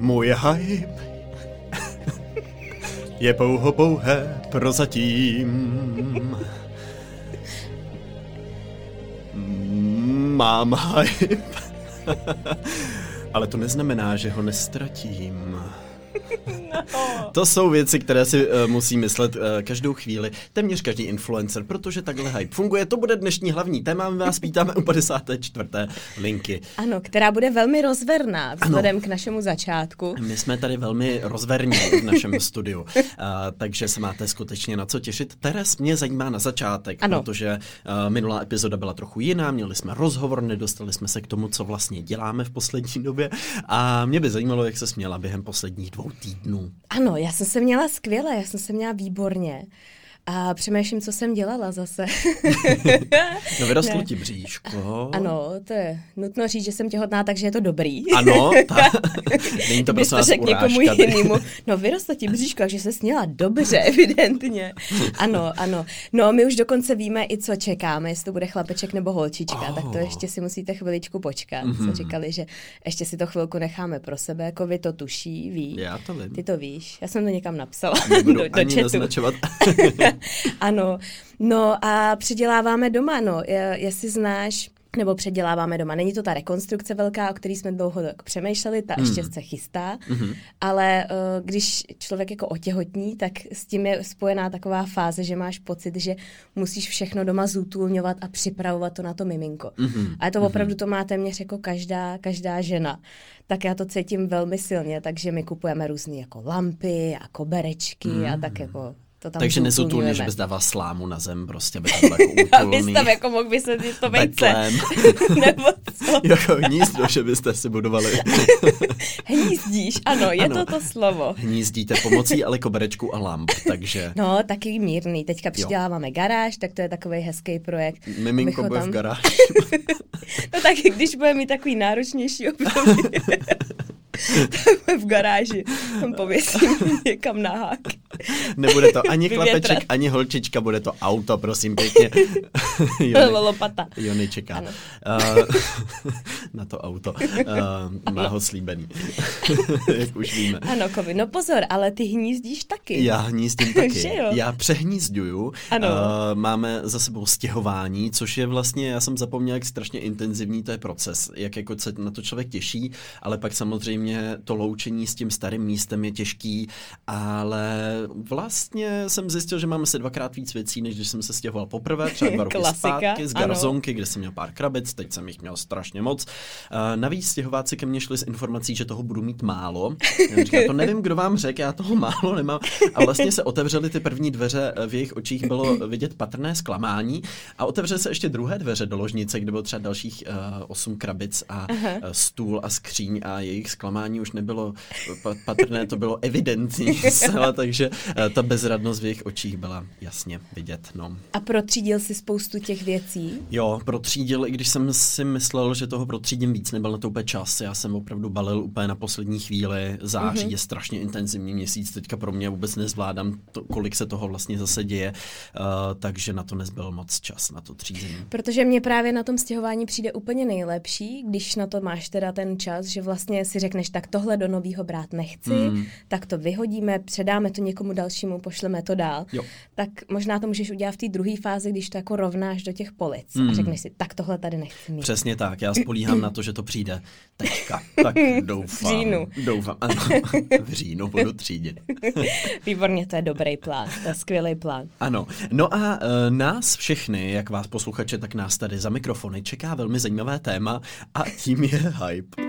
Můj hype je pouhé prozatím. Mám hype. Ale to neznamená, že ho nestratím. No. To jsou věci, které si musí myslet každou chvíli, téměř každý influencer, protože takhle hype funguje. To bude dnešní hlavní téma, my vás vítáme u 54. linky. Ano, která bude velmi rozverná vzhledem k našemu začátku. My jsme tady velmi rozverní v našem studiu, takže se máte skutečně na co těšit. Teres mě zajímá na začátek, protože minulá epizoda byla trochu jiná, měli jsme rozhovor, nedostali jsme se k tomu, co vlastně děláme v poslední době a mě by zajímalo, jak se směla během posledních 2 týdnů. Ano, já jsem se měla skvěle, já jsem se měla výborně. A přemýšlím, co jsem dělala zase. No vyrostlo ti bříško. Ano, to je nutno říct, že jsem těhotná, takže je to dobrý. Ano, není to prostě nás urážka. Někomu jinému. No vyrostlo ti bříško, takže se směla dobře, evidentně. Ano. No my už dokonce víme i co čekáme, jestli to bude chlapeček nebo holčička, tak to ještě si musíte chviličku počkat. Co říkali, že ještě si to chvilku necháme pro sebe, jako vy to tuší, víš. Já to vím. Ty to víš, já jsem to někam napsala. Nebudu do ani chatu. naznačovat. Ano, no a předěláváme doma, no, jestli znáš, nebo předěláváme doma. Není to ta rekonstrukce velká, o který jsme dlouho přemýšleli, ta ještě se chystá, ale když člověk jako otěhotní, tak s tím je spojená taková fáze, že máš pocit, že musíš všechno doma zútulňovat a připravovat to na to miminko. A to opravdu to má téměř jako každá žena. Tak já to cítím velmi silně, takže my kupujeme různé jako lampy a koberečky a tak jako to tam takže nezutulně, že bys dával slámu na zem, prostě by to bylo jako útulný. Abys tam jako mohl vysvětlit to vejce. Nebo co? Jako hnízdo, že byste si budovali. Hnízdíš, ano, je to slovo. Hnízdíte pomocí ale koberečku a lamp, takže... No, taky mírný. Teďka přiděláváme garáž, tak to je takový hezký projekt. Miminko bude v garáži. No tak když bude mít takový náročnější období, tak v garáži tam pověsím někam na hák. Nebude to ani chlapeček, ani holčička, bude to auto, prosím pěkně. Lopata. Jony čeká na to auto. Má ho slíbený. Jak už víme. Ano, Kovi, no pozor, ale ty hnízdíš taky. Já hnízdím taky. Já přehnízduju. Máme za sebou stěhování, což je vlastně, já jsem zapomněl, jak strašně intenzivní to je proces. Jak jako se na to člověk těší, ale pak samozřejmě to loučení s tím starým místem je těžký, ale vlastně jsem zjistil, že máme se 2krát víc věcí, než když jsem se stěhoval poprvé, třeba 2 roky zpátky z garzonky, kde jsem měl pár krabic, teď jsem jich měl strašně moc. Navíc stěhováci ke mně šli s informací, že toho budu mít málo. Já říkám, to nevím, kdo vám řekl, já toho málo nemám. A vlastně se otevřely ty první dveře, v jejich očích bylo vidět patrné zklamání a otevřely se ještě druhé dveře do ložnice, kde bylo třeba dalších 8 krabic a stůl a skříň a jejich zklamání už nebylo patrné, to bylo evidentní, takže ta bezradnost v jejich očích byla jasně vidět. No. A protřídil si spoustu těch věcí? Jo, protřídil, i když jsem si myslel, že toho protřídím víc, nebyl na to úplně čas. Já jsem opravdu balil úplně na poslední chvíli. Září je strašně intenzivní měsíc, teďka pro mě vůbec nezvládám, kolik se toho vlastně zase děje, takže na to nezbyl moc čas, na to třízení. Protože mě právě na tom stěhování přijde úplně nejlepší, když na to máš teda ten čas, že vlastně si řekneš, tak tohle do novýho brát nechci, tak to vyhodíme, předáme to někomu dalšímu, pošleme to dál. Jo. Tak možná to můžeš udělat v té druhé fázi, když to jako rovnáš do těch polic a řekneš si, tak tohle tady nechci mít. Přesně tak, já spolíhám na to, že to přijde teďka. Tak doufám. V říjnu. Doufám, ano. V říjnu budu třídit. Výborně, to je dobrý plán, to je skvělý plán. Ano, no a nás všechny, jak vás posluchače, tak nás tady za mikrofony čeká velmi zajímavé téma a tím je hype.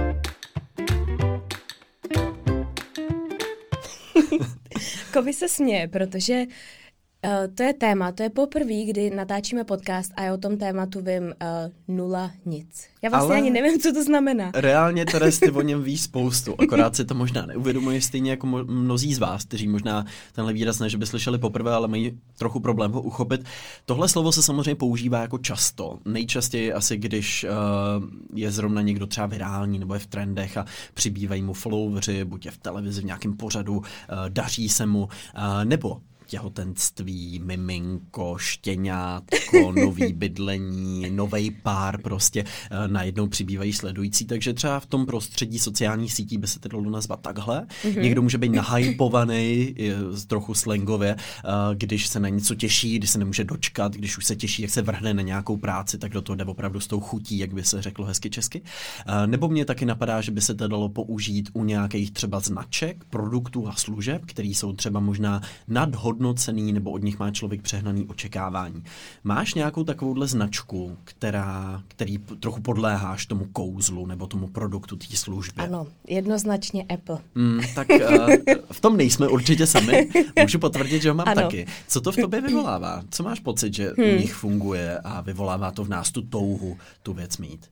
Kovi se směje, protože to je téma, to je poprvé, kdy natáčíme podcast a já o tom tématu vím nula nic. Já vlastně ani nevím, co to znamená. Reálně teda ty o něm víš spoustu, akorát si to možná neuvědomuješ stejně jako mnozí z vás, kteří možná tenhle výraz ne, že by slyšeli poprvé, ale mají trochu problém ho uchopit. Tohle slovo se samozřejmě používá jako často. Nejčastěji asi, když je zrovna někdo třeba virální nebo je v trendech a přibývají mu followeri, buď je v televizi v nějakém pořadu, daří se mu, nebo těhotenství, miminko, štěňátko, nový bydlení, novej pár, prostě najednou přibývají sledující, takže třeba v tom prostředí sociálních sítí by se to dalo nazvat takhle. Někdo může být nahypovaný, trochu slangově, když se na něco těší, když se nemůže dočkat, když už se těší, jak se vrhne na nějakou práci, tak do toho jde opravdu s tou chutí, jak by se řeklo hezky česky. Nebo mě taky napadá, že by se to dalo použít u nějakých třeba značek, produktů a služeb, které jsou třeba možná nadhodnocený nebo od nich má člověk přehnaný očekávání. Máš nějakou takovouhle značku, který trochu podléháš tomu kouzlu nebo tomu produktu té služby? Ano, jednoznačně Apple. Tak v tom nejsme určitě sami. Můžu potvrdit, že ho mám taky. Co to v tobě vyvolává? Co máš pocit, že u nich funguje a vyvolává to v nás tu touhu tu věc mít?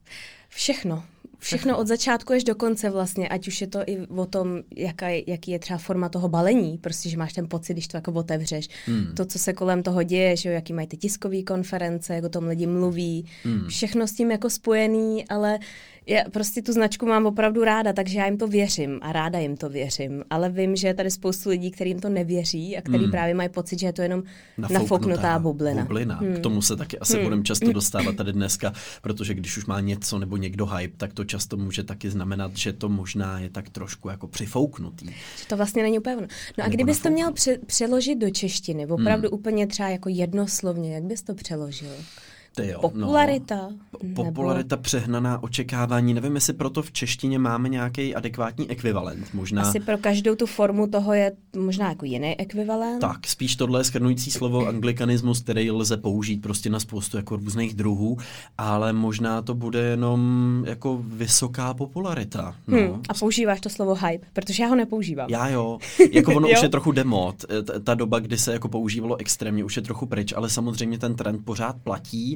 Všechno od začátku až do konce vlastně, ať už je to i o tom, jaký je třeba forma toho balení, prostě, že máš ten pocit, když to jako otevřeš. To, co se kolem toho děje, že jo, jaký mají ty tiskové konference, jak o tom lidi mluví, všechno s tím jako spojený, ale já prostě tu značku mám opravdu ráda, takže já jim to věřím a ráda jim to věřím, ale vím, že je tady spoustu lidí, kterým to nevěří a který právě mají pocit, že je to jenom nafouknutá bublina. K tomu se taky asi budeme často dostávat tady dneska, protože když už má něco nebo někdo hype, tak to často může taky znamenat, že to možná je tak trošku jako přifouknutý. Že to vlastně není úplně ono. No a kdybys to měl přeložit do češtiny, opravdu úplně třeba jako jednoslovně, jak bys to přeložil? Popularita? Popularita, přehnaná očekávání. Nevím, jestli proto v češtině máme nějaký adekvátní ekvivalent. Možná... Asi pro každou tu formu toho je možná jako jiný ekvivalent. Tak, spíš tohle je shrnující slovo anglikanismus, který lze použít prostě na spoustu jako různých druhů, ale možná to bude jenom jako vysoká popularita. No. A používáš to slovo hype, protože já ho nepoužívám. Já jo. Jako ono už je trochu demot. Ta doba, kdy se jako používalo extrémně, už je trochu pryč, ale samozřejmě ten trend pořád platí.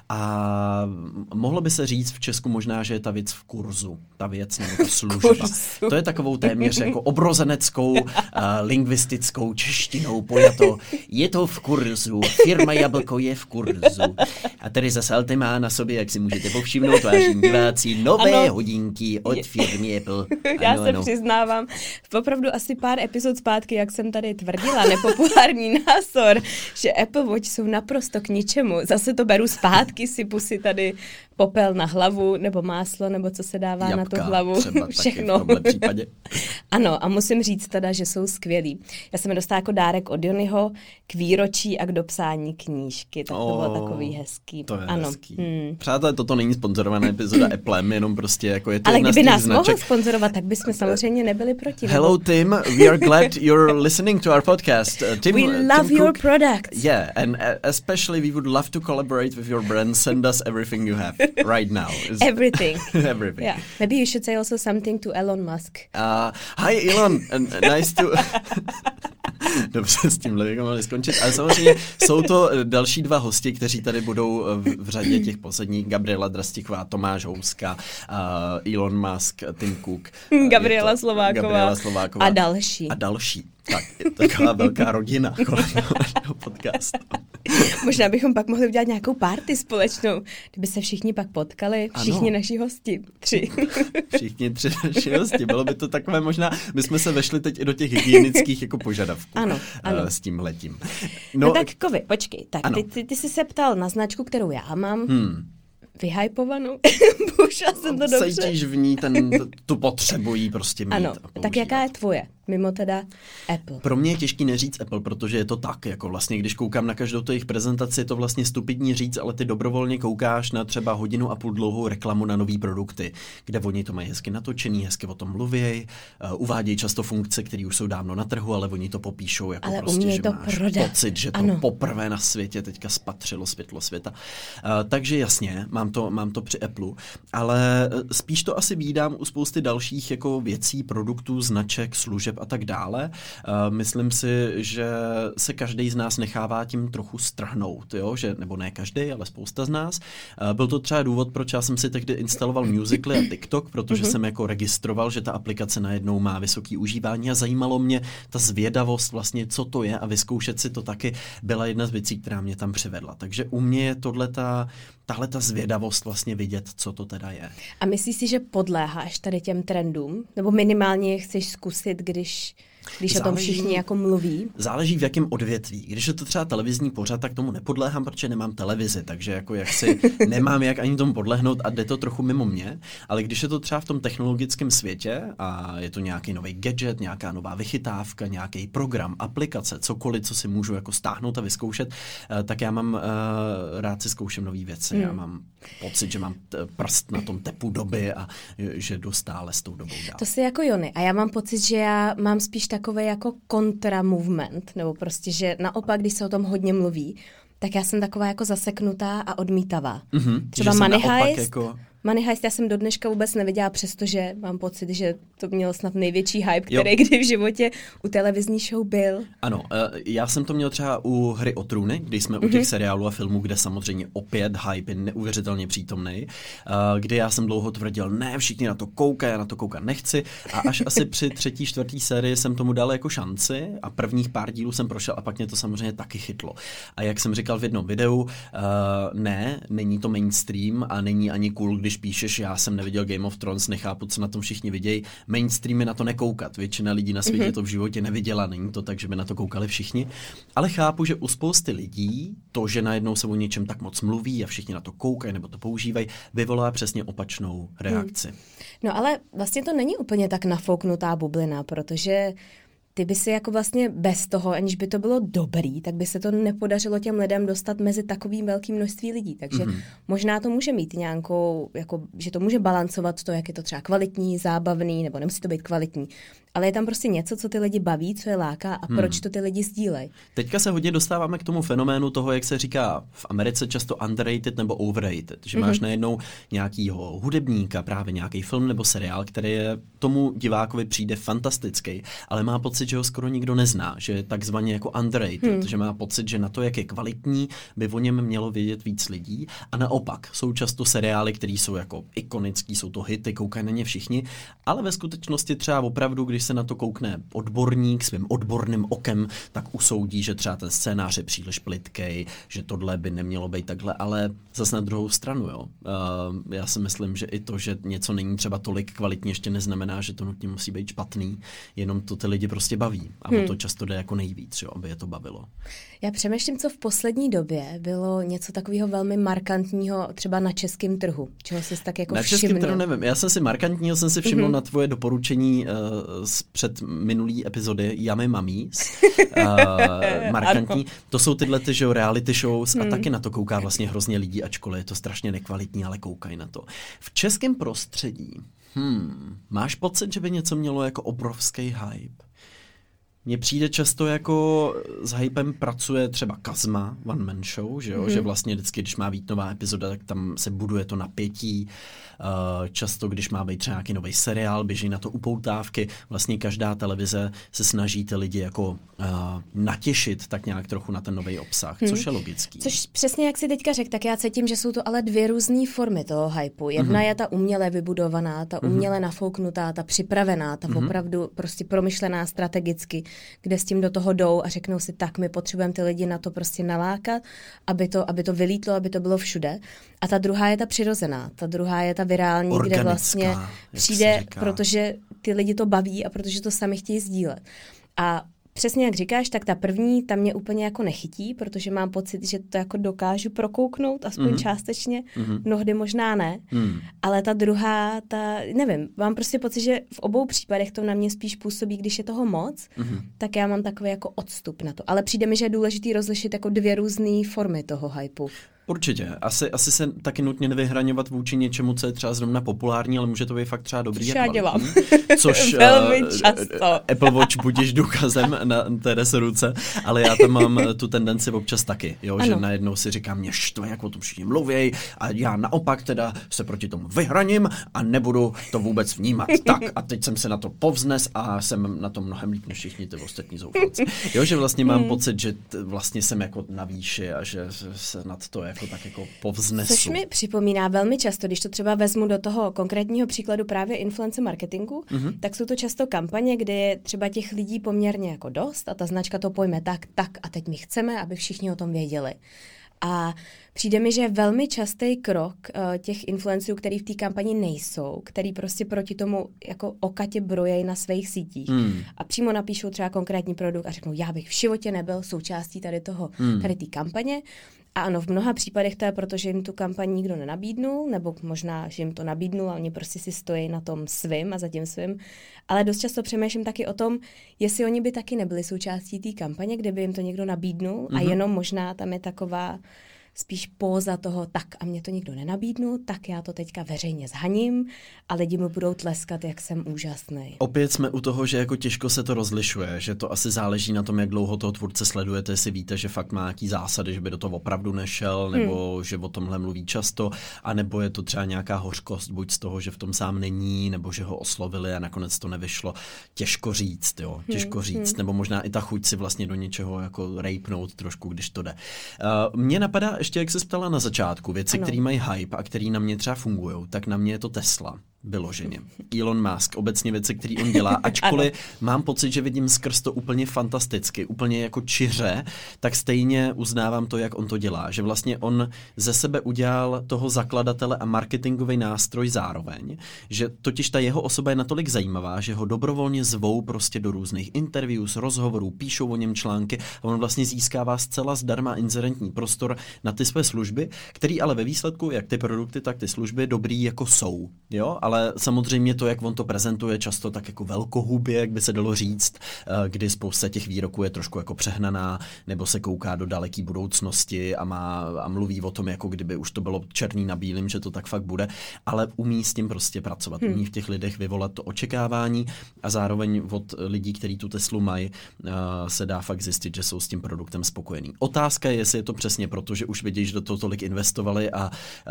A mohlo by se říct v Česku možná, že je ta věc v kurzu, ta věc nebo ta služba. To je takovou téměř jako obrozeneckou, lingvistickou češtinou pojato. Je to v kurzu, firma Jablko je v kurzu. A tady zase má na sobě, jak si můžete povšimnout, vážení diváci, nové hodinky od firmy Apple. Já se přiznávám, opravdu asi pár epizod zpátky, jak jsem tady tvrdila, nepopulární názor, že Apple Watch jsou naprosto k ničemu. Zase to beru zpátky, sypu si tady popel na hlavu, nebo máslo, nebo co se dává na tu hlavu. Všechno. V tomhle případě. Ano, a musím říct teda, že jsou skvělí. Já jsem je dostala jako dárek od Jonyho k výročí a k dopsání knížky. Tak to bylo takový hezký. To je hezký. Přátelé, toto není sponzorovaná epizoda Applem, jenom prostě jako je to ale jedna z těch těch značek. Ale kdyby nás mohl sponzorovat, tak bychom samozřejmě nebyli proti. Hello Tim, we are glad you're listening to our podcast. Tim, we love Tim your Cook, products. Yeah, and especially we would love to collaborate with your brand. Send us everything you have right now. Everything. Everything. Yeah. Maybe you should say also something to Elon Musk. Hi Elon, nice to... Dobře, s tímhle bychom mohli skončit. Ale samozřejmě jsou to další dva hosti, kteří tady budou v řadě těch posledních. Gabriela Drastichová, Tomáš Houska, Elon Musk, Tim Cook. Gabriela Slováková. A další. Tak, je to taková velká rodina kolem našeho podcastu. Možná bychom pak mohli udělat nějakou party společnou, kdyby se všichni pak potkali, všichni naši hosti, 3. Všichni 3 naši hosti, bylo by to takové možná, my jsme se vešli teď i do těch hygienických jako požadavků. Ano. S tímhletím. No tak Kovy, počkej, tak ty jsi se ptal na značku, kterou já mám. Vyhypovanou. Použila jsem to dobře. Cítíš v ní tu potřebu jí prostě mít. Ano, tak jaká je tvoje? Mimo teda Apple. Pro mě je těžký neříct Apple, protože je to tak, jako vlastně, když koukám na každou jejich prezentaci, je to vlastně stupidní říct, ale ty dobrovolně koukáš na třeba 1,5 hodiny dlouhou reklamu na nový produkty, kde oni to mají hezky natočený, hezky o tom mluvěj, uvádějí často funkce, které už jsou dávno na trhu, ale oni to popíšou jako ale prostě, že máš pocit, že to poprvé na světě teďka spatřilo světlo světa. Takže jasně, mám to při Apple, ale spíš to asi vídám u spousty dalších jako věcí, produktů, značek, služeb a tak dále. Myslím si, že se každý z nás nechává tím trochu strhnout, jo? Že, nebo ne každý, ale spousta z nás. Byl to třeba důvod, proč já jsem si tehdy instaloval Musical.ly a TikTok, protože jsem jako registroval, že ta aplikace najednou má vysoký užívání a zajímalo mě ta zvědavost vlastně, co to je a vyzkoušet si to taky byla jedna z věcí, která mě tam přivedla. Takže u mě je tahle ta zvědavost vlastně vidět, co to teda je. A myslíš si, že podléháš tady těm trendům? Nebo minimálně chceš zkusit, když když o tom všichni jako mluví? Záleží v jakém odvětví. Když je to třeba televizní pořad, tak tomu nepodléhám, protože nemám televizi, takže jako jaksi nemám jak ani tomu podlehnout a jde to trochu mimo mě, ale když je to třeba v tom technologickém světě a je to nějaký nový gadget, nějaká nová vychytávka, nějaký program, aplikace, cokoliv, co si můžu jako stáhnout a vyzkoušet, tak já mám rád si zkouším nové věci. Já mám pocit, že mám prst na tom tepu doby a že jdu stále s tou dobou dál. To si jako Jony. A já mám pocit, že já mám spíš takový jako kontra-movement, nebo prostě, že naopak, když se o tom hodně mluví, tak já jsem taková jako zaseknutá a odmítavá. Třeba Money Heist. Jako... Money Heist já jsem do dneška vůbec neviděla, přestože mám pocit, že to měl snad největší hype, který kdy v životě u televizní show byl. Ano, já jsem to měl třeba u Hry o trůny, když jsme u těch seriálů a filmů, kde samozřejmě opět hype je neuvěřitelně přítomný, kde já jsem dlouho tvrdil, ne, všichni na to koukají, já na to koukat nechci a až asi při 3., 4. sérii jsem tomu dal jako šanci a prvních pár dílů jsem prošel a pak mě to samozřejmě taky chytlo. A jak jsem říkal v jednom videu, ne, není to mainstream a není ani cool, když píšeš, já jsem neviděl Game of Thrones, nechápu, co na tom všichni vidějí. Mainstream je na to nekoukat. Většina lidí na světě to v životě neviděla, není to tak, že by na to koukali všichni. Ale chápu, že u spousty lidí to, že najednou se o něčem tak moc mluví a všichni na to koukají nebo to používají, vyvolá přesně opačnou reakci. No ale vlastně to není úplně tak nafouknutá bublina, protože ty by si jako vlastně bez toho, aniž by to bylo dobrý, tak by se to nepodařilo těm lidem dostat mezi takovým velkým množství lidí. Takže možná to může mít nějakou, jako, že to může balancovat to, jak je to třeba kvalitní, zábavný, nebo nemusí to být kvalitní. Ale je tam prostě něco, co ty lidi baví, co je láká a proč to ty lidi sdílejí. Teďka se hodně dostáváme k tomu fenoménu toho, jak se říká v Americe často underrated nebo overrated. Že máš najednou nějakýho hudebníka, právě nějaký film nebo seriál, který je tomu divákovi přijde fantastický, ale má pocit, že ho skoro nikdo nezná, že je takzvaně jako underrated, že má pocit, že na to, jak je kvalitní, by o něm mělo vědět víc lidí. A naopak, jsou často seriály, které jsou jako ikonický, jsou to hity, koukají na ně všichni, ale ve skutečnosti třeba opravdu, když se na to koukne odborník svým odborným okem, tak usoudí, že třeba ten scénář je příliš plytkej, že tohle by nemělo být takhle, ale zase na druhou stranu, jo. Já si myslím, že i to, že něco není třeba tolik kvalitní, ještě neznamená, že to nutně musí být špatný, jenom to ty lidi prostě baví. A o to často jde jako nejvíc, jo, aby je to bavilo. Já přemýšlím, co v poslední době bylo něco takového velmi markantního třeba na českém trhu. Čeho jsi tak jako všimnul? Na českém trhu nevím. Já jsem si markantního všiml na tvoje doporučení před minulý epizody Yummy Mummies. Markantní. To jsou tyhle reality shows a taky na to kouká vlastně hrozně lidí, ačkoliv je to strašně nekvalitní, ale koukají na to. V českém prostředí máš pocit, že by něco mělo jako obrovský hype? Mně přijde často jako s hypem pracuje třeba Kazma, One Man Show, že jo? Že vlastně vždycky, když má být nová epizoda, tak tam se buduje to napětí. Často, když má být třeba nějaký nový seriál, běží na to upoutávky. Vlastně každá televize se snaží ty lidi jako natěšit tak nějak trochu na ten nový obsah, což je logický. Což přesně jak jsi teďka řekl, tak já cítím, že jsou to ale dvě různé formy toho hypeu. Jedna je ta uměle vybudovaná, ta uměle nafouknutá, ta připravená, ta opravdu prostě promyšlená strategicky, kde s tím do toho jdou a řeknou si, tak my potřebujeme ty lidi na to prostě nalákat, aby to vylítlo, aby to bylo všude. A ta druhá je ta přirozená, ta druhá je ta virální, organická, kde vlastně přijde, protože ty lidi to baví a protože to sami chtějí sdílet. A přesně jak říkáš, tak ta první, ta mě úplně jako nechytí, protože mám pocit, že to jako dokážu prokouknout, aspoň částečně, mnohdy možná ne, ale ta druhá, nevím, mám prostě pocit, že v obou případech to na mě spíš působí, když je toho moc, tak já mám takový jako odstup na to. Ale přijde mi, že je důležitý rozlišit jako dvě různé formy toho hypeu. Určitě. Asi se taky nutně nevyhraňovat vůči něčemu, co je třeba zrovna populární, ale může to být fakt třeba dobrý. Což já dělám. Což velmi často. Apple Watch budíš důkazem na té ruce, ale já tam mám tu tendenci občas taky, jo, že najednou si říkám, mě štve, jak o tom všichni mluvěj a já naopak teda se proti tomu vyhraním a nebudu to vůbec vnímat. Tak a teď jsem se na to povznes a jsem na to mnohem líp než všichni ty ostatní zoufalci. Jo, že vlastně mám pocit, že vlastně jsem jako na výši a že se nad to jako tak jako povznesu. Což mi připomíná velmi často, když to třeba vezmu do toho konkrétního příkladu právě influencer marketingu, tak jsou to často kampaně, kde je třeba těch lidí poměrně jako dost a ta značka to pojme tak a teď my chceme, aby všichni o tom věděli. A přijde mi, že je velmi častý krok těch influencerů, který v té kampani nejsou, který prostě proti tomu jako okatě brojejí na svých sítích. A přímo napíšou třeba konkrétní produkt a řeknou, já bych v životě nebyl součástí tady té kampaně. A ano, v mnoha případech to je proto, že jim tu kampaň nikdo nenabídnul, nebo možná, že jim to nabídnul a oni prostě si stojí na tom svým a za tím svým. Ale dost často přemýšlím taky o tom, jestli oni by taky nebyli součástí té kampaně, kdyby jim to někdo nabídnul a jenom možná tam je taková spíš póza toho, tak a mě to nikdo nenabídnul, tak já to teďka veřejně zhaním a lidi mu budou tleskat, jak jsem úžasný. Opět jsme u toho, že jako těžko se to rozlišuje, že to asi záleží na tom, jak dlouho toho tvůrce sledujete, jestli víte, že fakt má nějaký zásady, že by do toho opravdu nešel, nebo že o tomhle mluví často, anebo je to třeba nějaká hořkost, buď z toho, že v tom sám není, nebo že ho oslovili a nakonec to nevyšlo. Těžko říct, nebo možná i ta chuť si vlastně do něčeho jako rejpnout trošku, když to jde. Mně napadá ještě, jak se ptala na začátku, věci, které mají hype a které na mě třeba fungují, tak na mě je to Tesla. Vyloženě. Elon Musk, obecně věci, které on dělá, ačkoliv mám pocit, že vidím skrz to úplně fantasticky, úplně jako čiře, tak stejně uznávám to, jak on to dělá. Že vlastně on ze sebe udělal toho zakladatele a marketingový nástroj zároveň, že totiž ta jeho osoba je natolik zajímavá, že ho dobrovolně zvou prostě do různých interviews, rozhovorů, píšou o něm články a on vlastně získává zcela zdarma inzerentní prostor na ty své služby, který ale ve výsledku, jak ty produkty, tak ty služby dobrý jako jsou. Jo? Ale samozřejmě to, jak on to prezentuje, často tak jako velkohubě, jak by se dalo říct, kdy spousta těch výroků je trošku jako přehnaná, nebo se kouká do daleké budoucnosti a mluví o tom, jako kdyby už to bylo černý na bílým, že to tak fakt bude, ale umí s tím prostě pracovat, umí v těch lidech vyvolat to očekávání a zároveň od lidí, kteří tu Teslu mají, se dá fakt zjistit, že jsou s tím produktem spokojení. Otázka je, jestli je to přesně proto, že už vidí, že do toho tolik investovali a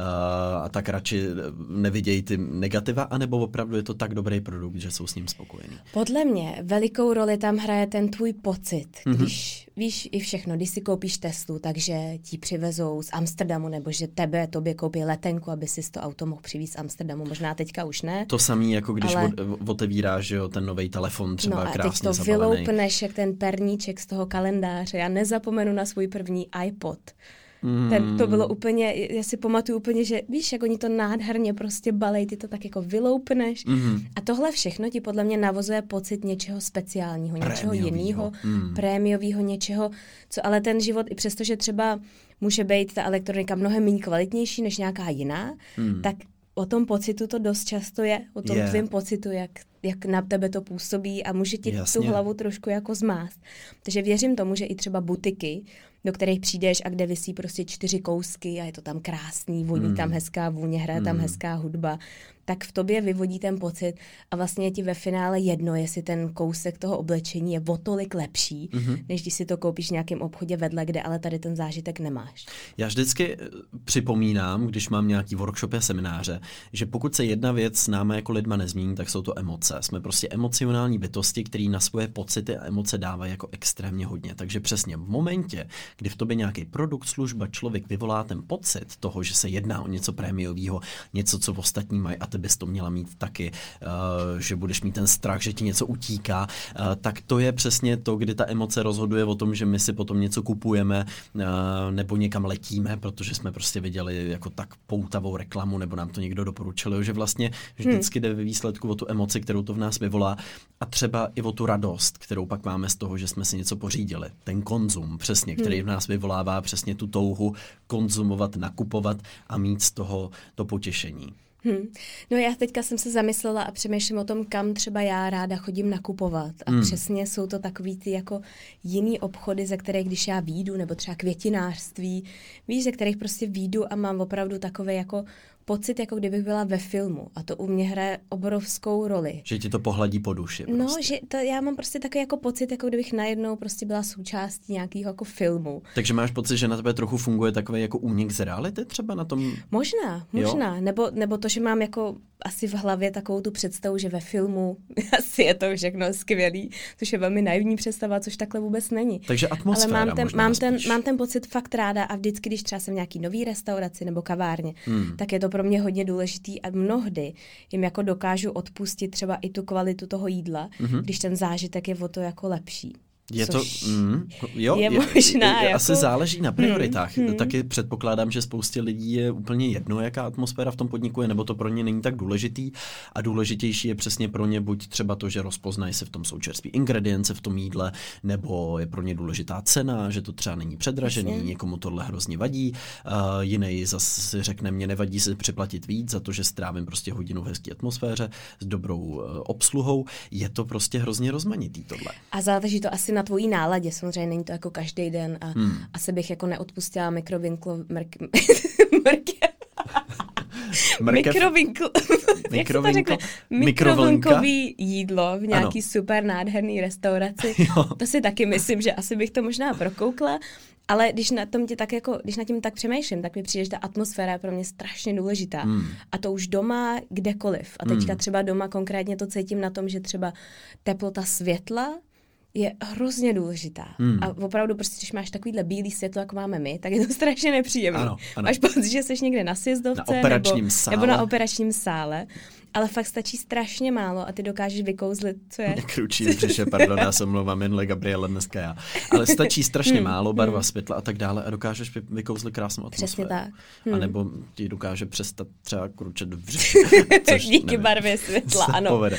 tak radši nevidějí ty negativa, anebo opravdu je to tak dobrý produkt, že jsou s ním spokojení? Podle mě velikou roli tam hraje ten tvůj pocit, když víš i všechno, když si koupíš Teslu, takže ti přivezou z Amsterdamu, nebo že tobě koupí letenku, aby si to auto mohl přivést z Amsterdamu, možná teďka už ne. To samý, jako když otevíráš, že jo, ten nový telefon třeba krásně teď to vyloupneš, jak ten perníček z toho kalendáře. Já nezapomenu na svůj první iPod. To bylo úplně, já si pamatuju úplně, že víš, jak oni to nádherně prostě balej, ty to tak jako vyloupneš. A tohle všechno ti podle mě navozuje pocit něčeho speciálního, něčeho jiného, prémiového, něčeho, co ale ten život, i přesto, že třeba může být ta elektronika mnohem méně kvalitnější než nějaká jiná, tak o tom pocitu to dost často je, o tom tvým pocitu, jak na tebe to působí a může ti tu hlavu trošku jako zmást. Takže věřím tomu, že i třeba butiky, do kterých přijdeš a kde visí prostě 4 kousky a je to tam krásný, voní tam hezká vůně, hraje tam hezká hudba, tak v tobě vyvodí ten pocit a vlastně je ti ve finále jedno, jestli ten kousek toho oblečení je o tolik lepší, než když si to koupíš v nějakém obchodě vedle, kde ale tady ten zážitek nemáš. Já vždycky připomínám, když mám nějaký workshopy a semináře, že pokud se jedna věc s námi jako lidma nezmění, tak jsou to emoce. Jsme prostě emocionální bytosti, které na svoje pocity a emoce dávají jako extrémně hodně. Takže přesně v momentě, kdy v tobě nějaký produkt, služba, člověk vyvolá ten pocit toho, že se jedná o něco prémiového, něco, co ostatní mají a ty bys to měla mít taky, že budeš mít ten strach, že ti něco utíká, tak to je přesně to, kdy ta emoce rozhoduje o tom, že my si potom něco kupujeme nebo někam letíme, protože jsme prostě viděli jako tak poutavou reklamu nebo nám to někdo doporučil, že vlastně vždycky jde ve výsledku o tu emoci, kterou to v nás vyvolá a třeba i o tu radost, kterou pak máme z toho, že jsme si něco pořídili. Ten konzum, přesně, který v nás vyvolává přesně tu touhu konzumovat, nakupovat a mít z toho to potěšení. No já teďka jsem se zamyslela a přemýšlím o tom, kam třeba já ráda chodím nakupovat. A přesně jsou to takový ty jako jiný obchody, ze kterých když já výjdu, nebo třeba květinářství, víš, ze kterých prostě výjdu a mám opravdu takový jako pocit, jako kdybych byla ve filmu. A to u mě hraje obrovskou roli. Že ti to pohladí po duši. Prostě. No, že to, já mám prostě takový jako pocit, jako kdybych najednou prostě byla součástí nějakého jako filmu. Takže máš pocit, že na tebe trochu funguje takový jako únik z reality třeba na tom? Možná. Nebo to, že mám jako asi v hlavě takovou tu představu, že ve filmu asi je to všechno skvělý, což je velmi naivní představa, což takhle vůbec není. Takže atmosféra. Ale mám ten pocit fakt ráda a vždycky, když třeba jsem v nějaký nový restauraci nebo kavárně, tak je to pro mě hodně důležitý a mnohdy jim jako dokážu odpustit třeba i tu kvalitu toho jídla, když ten zážitek je o to jako lepší. Je to, jo, je možná. Jako... Asi záleží na prioritách. Taky předpokládám, že spoustě lidí je úplně jedno, jaká atmosféra v tom podniku je, nebo to pro ně není tak důležitý. A důležitější je přesně pro ně buď třeba to, že rozpoznají se v tom součerství ingredience v tom jídle, nebo je pro ně důležitá cena, že to třeba není předražený, někomu tohle hrozně vadí. Jiný zase řekne, mě nevadí si připlatit víc za to, že strávím prostě hodinu v hezké atmosféře s dobrou obsluhou. Je to prostě hrozně rozmanitý tohle. A záleží to asi na tvojí náladě, samozřejmě není to jako každý den a asi bych jako neodpustila mikrovlnkový jídlo v nějaký super nádherný restauraci. To si taky myslím, že asi bych to možná prokoukla, ale když nad tím tak přemýšlím, tak mi přijde, že ta atmosféra je pro mě strašně důležitá. A to už doma kdekoliv. A teďka třeba doma konkrétně to cítím na tom, že třeba teplota světla je hrozně důležitá. A opravdu prostě, když máš takovýhle bílý světlo, jako máme my, tak je to strašně nepříjemné. Ano. Máš pocit, že jsi někde na sjezdovce nebo na operačním sále. Ale fakt stačí strašně málo a ty dokážeš vykouzlit, co je. Kručí břiše, pardon, já se mluvám jenhle Gabriele dneska já. Ale stačí strašně málo, barva, světla a tak dále a dokážeš vykouzlit krásnou atmosféru. Přesně tak. A nebo ti dokáže přestat třeba kručet v břiše. Díky barvě světla, ano. Povede.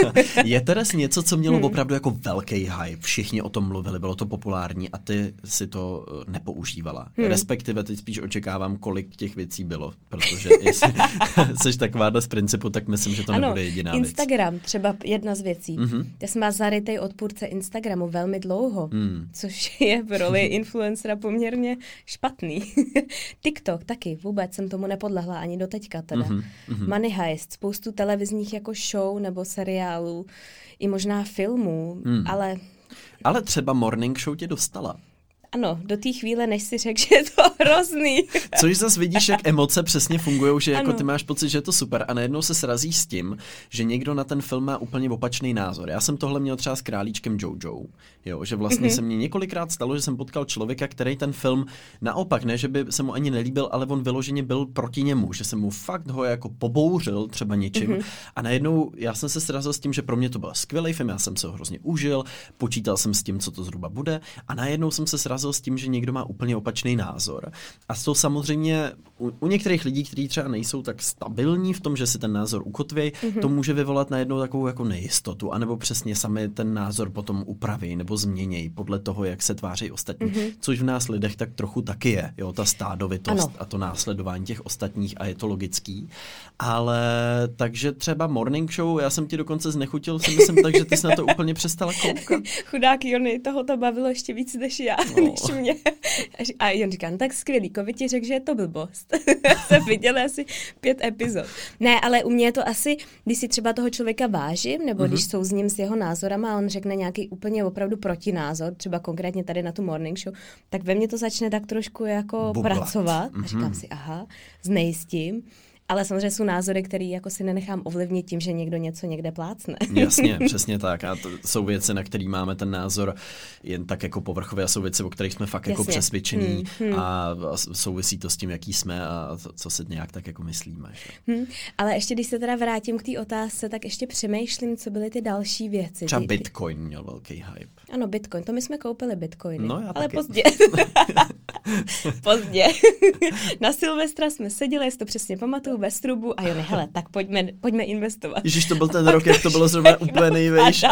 Je teda něco, co mělo opravdu jako velký hype. Všichni o tom mluvili, bylo to populární a ty si to nepoužívala. Respektive teď spíš očekávám, kolik těch věcí bylo, protože jestli jsi taková z principu, tak myslím, že to nebude jediná věc. Instagram, třeba jedna z věcí. Já jsem byla zarytej odpůrce Instagramu velmi dlouho, což je v roli influencera poměrně špatný. TikTok taky, vůbec jsem tomu nepodlehla ani do teďka teda. Money Heist, spoustu televizních jako show nebo seriálů, i možná filmů, ale... Ale třeba Morning Show tě dostala. Ano, do té chvíle, než si řekl, že je to hrozný. Což zase vidíš, jak emoce přesně fungujou, že jako ty máš pocit, že je to super a najednou se srazíš s tím, že někdo na ten film má úplně opačný názor. Já jsem tohle měl třeba s Králíčkem Jojo, jo, že vlastně se mně několikrát stalo, že jsem potkal člověka, který ten film naopak, ne, že by se mu ani nelíbil, ale on vyloženě byl proti němu, že jsem mu fakt ho jako pobouřil třeba něčím a najednou já jsem se srazil s tím, že pro mě to byl skvělý film, já jsem se ho hrozně užil, počítal jsem s tím, co to zhruba bude a najednou jsem se srazil s tím, že někdo má úplně opačný názor. A to samozřejmě u některých lidí, kteří třeba nejsou tak stabilní v tom, že si ten názor ukotví, to může vyvolat najednou takovou jako nejistotu, anebo přesně sami ten názor potom upraví nebo změnějí podle toho, jak se tváří ostatní. Což v nás lidech tak trochu taky je, jo, ta stádovitost a to následování těch ostatních a je to logický. Ale takže třeba Morning Show, já jsem ti dokonce znechutil, si myslím tak, že ty jsi na to úplně přestala koukat. Chudák Jony, toho to bavilo ještě víc než já. Než mě. A Jon říká, no tak skvělý, Covid ti řekl, že je to blbost. Jsem viděla asi 5 epizod. Ne, ale u mě je to asi, když si třeba toho člověka vážím, nebo když souzním s jeho názorama a on řekne nějaký úplně opravdu protinázor, třeba konkrétně tady na tu Morning Show, tak ve mně to začne tak trošku jako pracovat. A říkám si, aha, znejistím. Ale samozřejmě jsou názory, které jako si nenechám ovlivnit tím, že někdo něco někde plácne. Jasně, přesně tak. A to jsou věci, na který máme ten názor jen tak jako povrchově a jsou věci, o kterých jsme fakt jako přesvědčení a souvisí to s tím, jaký jsme a co si nějak tak jako myslíme. Ale ještě, když se teda vrátím k té otázce, tak ještě přemýšlím, co byly ty další věci. Třeba Bitcoin měl velký hype. Ano, Bitcoin. To my jsme koupili Bitcoiny. No, ale taky. Pozdě. Pozdě. Na Silvestra jsme seděli, jestli to přesně pamatuju, bez trubu a Jony, hele, tak pojďme investovat. Ježiš, to byl ten rok, jak to bylo zrovna úplně nejvejší.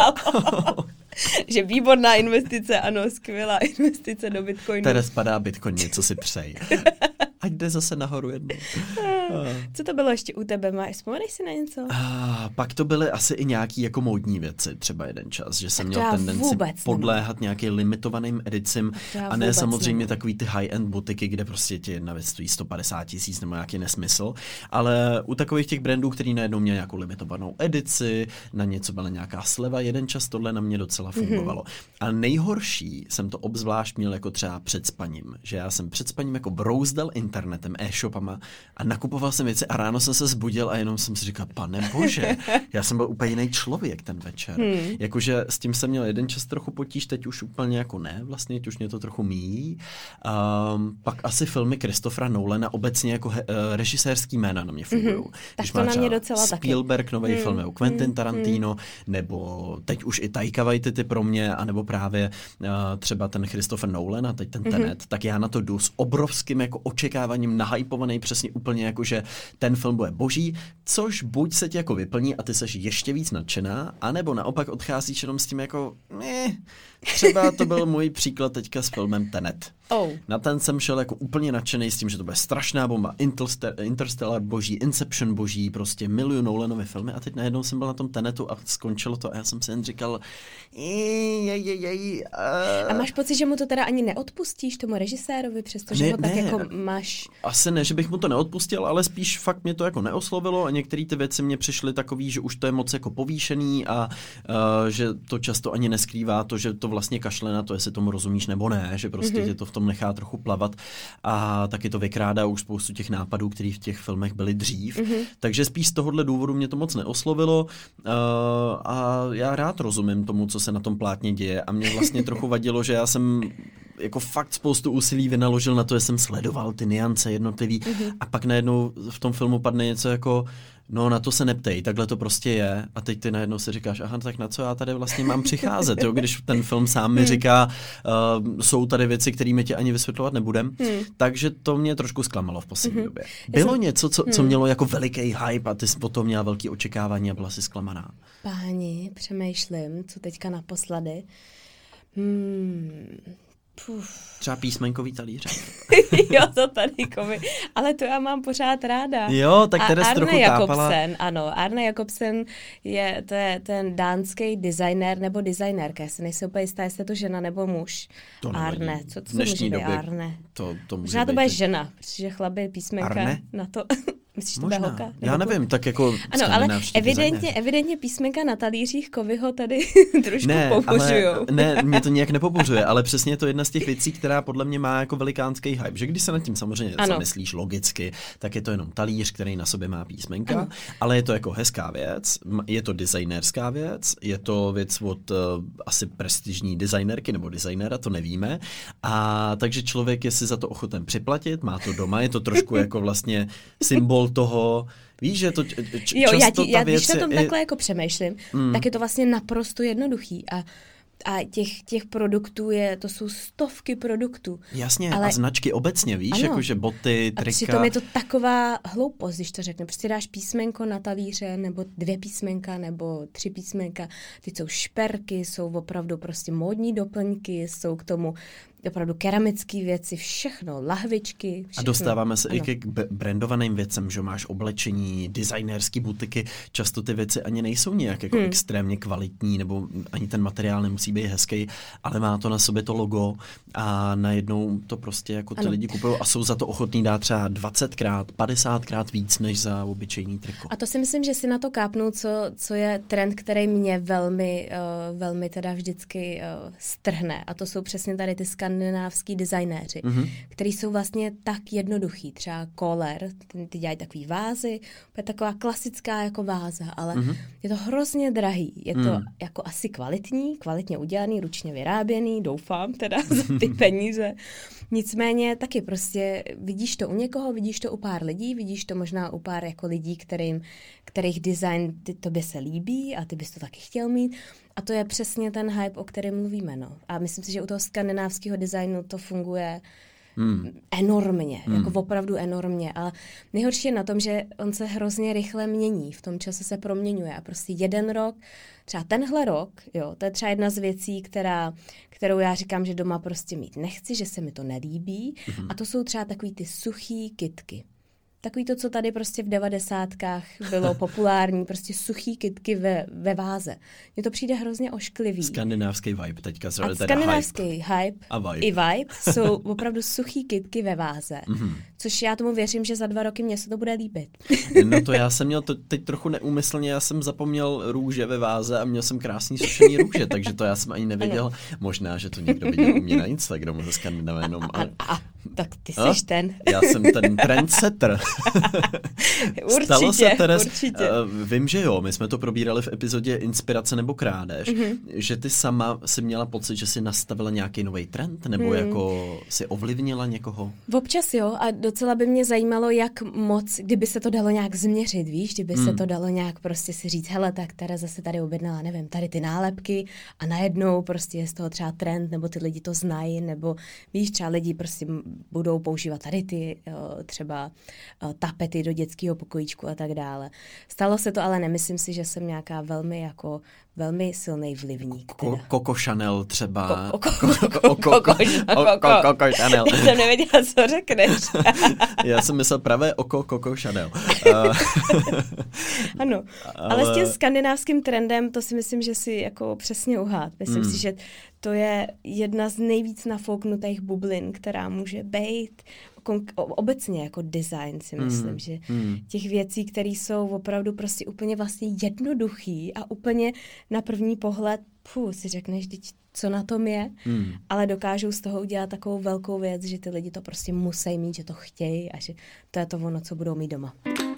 Že výborná investice, ano, skvělá investice do Bitcoinu. Tady spadá Bitcoin, něco si přej. Ať jde zase nahoru jednou. Co to bylo ještě u tebe? Vzpomeneš si na něco? Pak to byly asi i nějaký jako módní věci, třeba jeden čas, že jsem měl tendenci podléhat nějakým limitovaným edicím a ne samozřejmě takový ty high-end butiky, kde prostě ti jedna věc stojí 150 000 nebo nějaký nesmysl, ale u takových těch brandů, který najednou měl nějakou limitovanou edici, na něco byla nějaká sleva, jeden čas tohle na mě docela fungovalo. A nejhorší jsem to obzvlášť měl jako třeba před spaním, že já jsem před spaním jako brouzdal internetem, e-shopama a nakupoval jsem věci a ráno jsem se zbudil a jenom jsem si říkal, pane bože, já jsem byl úplně jiný člověk ten večer. Jakože s tím jsem měl jeden čas trochu potíž, teď už úplně jako ne, vlastně teď už mě to trochu míjí. Pak asi filmy Christophera Nolana obecně jako režisérský jména na mě fungují. Tak to na mě docela Spielberg, nový film, nebo Quentin Tarantino, nebo teď už i Taika Waititi pro mě, anebo právě třeba ten Christopher Nolan a teď ten Tenet, tak já na to jdu s obrovským jako očekáváním, nahypovaný přesně úplně jako, že ten film bude boží, což buď se ti jako vyplní a ty seš ještě víc nadšená, anebo naopak odcházíš jenom s tím jako třeba to byl můj příklad teďka s filmem Tenet. Na ten jsem šel jako úplně nadšený s tím, že to bude strašná bomba, Interstellar boží, Inception boží, prostě milion Nolanovy filmy a teď najednou jsem byl na tom Tenetu a skončilo to a já jsem si jen říkal A máš pocit, že mu to teda ani neodpustíš tomu režisérovi, přestože ho tak jako máš... Asi ne, že bych mu to neodpustil, ale spíš fakt mě to jako neoslovilo a některé ty věci mě přišly takový, že už to je moc jako povýšený a že to často ani neskrývá to, že to vlastně kašle na to, jestli tomu rozumíš nebo ne, že prostě tě to v tom nechá trochu plavat a taky to vykrádá už spoustu těch nápadů, které v těch filmech byly dřív. Takže spíš z tohohle důvodu mě to moc neoslovilo a já rád rozumím tomu, co se na tom plátně děje a mě vlastně trochu vadilo, že já jsem jako fakt spoustu úsilí vynaložil na to, že jsem sledoval ty nuance jednotlivý a pak najednou v tom filmu padne něco jako no na to se neptej, takhle to prostě je a teď ty najednou si říkáš, aha, tak na co já tady vlastně mám přicházet, jo? Když ten film sám mi říká, jsou tady věci, kterými tě ani vysvětlovat nebudem, takže to mě trošku zklamalo v poslední době. Bylo něco, co mělo jako veliký hype a ty jsi potom měla velký očekávání a byla si zklamaná? Páni, přemýšlím, co teďka naposledy. Třeba písmenkový talíře. Jo, to tady komi. Ale to já mám pořád ráda. Jo, tak tady jsi trochu tápala. Ano, Arne Jacobsen je ten dánský designér nebo designérka. Já se nejsem úplně jistá, jestli je to žena nebo muž. To Arne, co může být Arne? To může možná to bude žena, protože chlapy písmenka Arne? Na to... Myslíš, že to možná. bude holka? Já nevím, tak jako ano, ale evidentně písmenka na talířích Kovyho tady trošku pobuřujou. Ne, mě to nějak nepobuřuje, ale přesně je to jedna z těch věcí, která podle mě má jako velikánský hype, že když se nad tím samozřejmě zamyslíš logicky, tak je to jenom talíř, který na sobě má písmenka, ale je to jako hezká věc, je to designérská věc, je to věc od asi prestižní designérky nebo designéra, to nevíme, a takže člověk je si za to ochoten připlatit, má to doma, je to trošku jako vlastně symbol toho, víš, že to často ta věc... Když na tom takhle jako přemýšlím, tak je to vlastně naprosto jednoduchý a těch produktů to jsou stovky produktů. Jasně, ale... a značky obecně, víš, jakože boty, trika. A přitom je to taková hloupost, když to řekne. Prostě dáš písmenko na talíře, nebo 2 písmenka, nebo 3 písmenka. Ty jsou šperky, jsou opravdu prostě módní doplňky, jsou k tomu opravdu keramické věci, všechno, lahvičky. Všechno. A dostáváme se i k brandovaným věcem, že máš oblečení, designérský butiky, často ty věci ani nejsou nějak jako extrémně kvalitní, nebo ani ten materiál nemusí být hezký, ale má to na sobě to logo a najednou to prostě jako ty lidi kupují a jsou za to ochotní dát třeba 20krát, 50krát víc, než za obyčejný triko. A to si myslím, že si na to kápnu, co je trend, který mě velmi teda vždycky strhne. A to jsou přesně tady ty skandinávský designéři, který jsou vlastně tak jednoduchý. Třeba Kohler, ty dělají takový vázy, je taková klasická jako váza, ale je to hrozně drahý. Je to jako asi kvalitně udělaný, ručně vyráběný, doufám teda za ty peníze. Nicméně taky prostě vidíš to u někoho, vidíš to u pár lidí, vidíš to možná u pár jako lidí, kterých design tobě se líbí a ty bys to taky chtěl mít. A to je přesně ten hype, o kterém mluvíme. No. A myslím si, že u toho skandinávského designu to funguje enormně, jako opravdu enormně. Ale nejhorší je na tom, že on se hrozně rychle mění, v tom čase se proměňuje a prostě jeden rok, třeba tenhle rok, jo, to je třeba jedna z věcí, kterou já říkám, že doma prostě mít nechci, že se mi to nelíbí a to jsou třeba takový ty suchý kytky. Takový to, co tady prostě v 90kách bylo populární, prostě suchý kytky ve váze. Mně to přijde hrozně ošklivý. Skandinávský vibe teďka. A skandinávský hype i vibe jsou opravdu suchý kytky ve váze, což já tomu věřím, že za 2 roky mě se to bude líbit. No to já jsem měl teď trochu neúmyslně, já jsem zapomněl růže ve váze a měl jsem krásný sušený růže, takže to já jsem ani nevěděl. Ano. Možná, že to někdo viděl u mě na Instagramu ze Skandinavianom. Tak ty jsi ten. Já jsem ten trendsetter. Stalo se, Teres, určitě. Vím, že jo, my jsme to probírali v epizodě Inspirace nebo krádež, že ty sama si měla pocit, že si nastavila nějaký nový trend, nebo jako si ovlivnila někoho? Občas jo, a docela by mě zajímalo, jak moc, kdyby se to dalo nějak změřit, víš, kdyby se to dalo nějak prostě si říct, hele, tak Tereza si tady objednala, nevím, tady ty nálepky a najednou prostě je z toho třeba trend, nebo ty lidi to znají, nebo víš, třeba lidi prostě budou používat tady ty třeba tapety do dětského pokojíčku a tak dále. Stalo se to, ale nemyslím si, že jsem nějaká velmi silný vlivník. Coco Chanel třeba. Coco Chanel. Já jsem nevěděla, co řekneš. Já jsem myslel právě Coco Chanel. Ano, ale s tím skandinávským trendem, to si myslím, že si jako přesně uhát. Myslím si, že to je jedna z nejvíc nafouknutých bublin, která může být obecně jako design, si myslím, že těch věcí, které jsou opravdu prostě úplně vlastně jednoduchý a úplně na první pohled, si řekneš, co na tom je, ale dokážou z toho udělat takovou velkou věc, že ty lidi to prostě musí mít, že to chtějí a že to je to ono, co budou mít doma.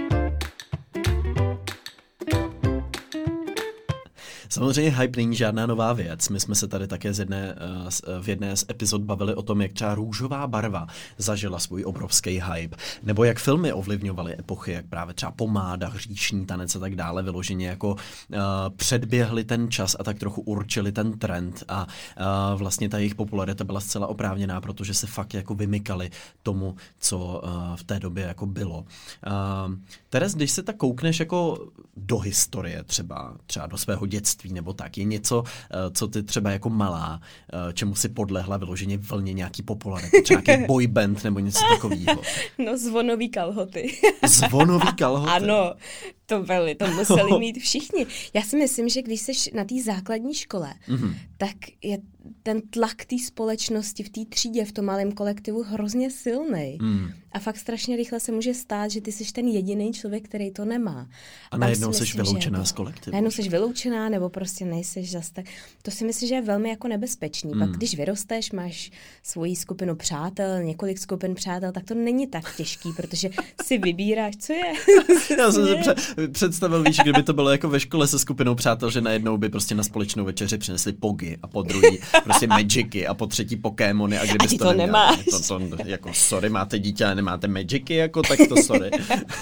Samozřejmě hype není žádná nová věc. My jsme se tady také v jedné z epizod bavili o tom, jak třeba růžová barva zažila svůj obrovský hype, nebo jak filmy ovlivňovaly epochy, jak právě třeba Pomáda, Hříšní tanec a tak dále, vyloženě jako předběhli ten čas a tak trochu určili ten trend a vlastně ta jejich popularita byla zcela oprávněná, protože se fakt jako vymykali tomu, co v té době jako bylo. Teres, když se tak koukneš jako do historie třeba do svého dětství, nebo tak. Je něco, co ty třeba jako malá, čemu si podlehla vyloženě vlně nějaký popularity, třeba nějaký boyband nebo něco takového? No, zvonový kalhoty. Zvonový kalhoty? Ano, to museli mít všichni. Já si myslím, že když jsi na té základní škole, tak je ten tlak té společnosti v té třídě, v tom malém kolektivu hrozně silný. A fakt strašně rychle se může stát, že ty jsi ten jediný člověk, který to nemá. A najednou jsi vyloučená z kolektivu. Najednou jsi vyloučená, nebo prostě nejseš zas tak. To si myslím, že je velmi jako nebezpečný. Pak když vyrosteš, máš svoji skupinu přátel, několik skupin přátel, tak to není tak těžký, protože si vybíráš, co je. Já jsem si představil, víš, kdyby to bylo jako ve škole se skupinou přátel, že najednou by prostě na společnou večeři přinesli pogy a po druhý prostě magicy a po třetí Pokémony a kdyby to nemáš. To jako sorry, máte dítě a nemáte magicy, jako tak to sorry.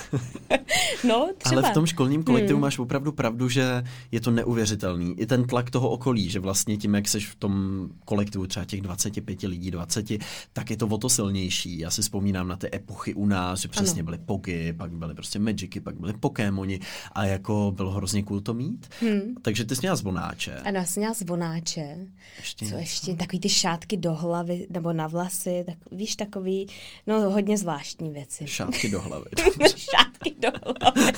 No, třeba. Ale v tom školním kolektivu máš opravdu pravdu, že je to neuvěřitelný. I ten tlak toho okolí, že vlastně tím, jak seš v tom kolektivu třeba těch 25 lidí, 20, tak je to o to silnější. Já si vzpomínám na ty epochy u nás, že přesně byly pogy, pak byly prostě magicy, pak byly Pokémoni a jako bylo hrozně cool to mít. Takže ty jsi měla zvonáče. Ano, já jsem měla zvonáče. Ještě takový ty šátky do hlavy nebo na vlasy, tak víš, takový, no hodně zvláštní věci. Šátky do hlavy. Šátky do hlavy.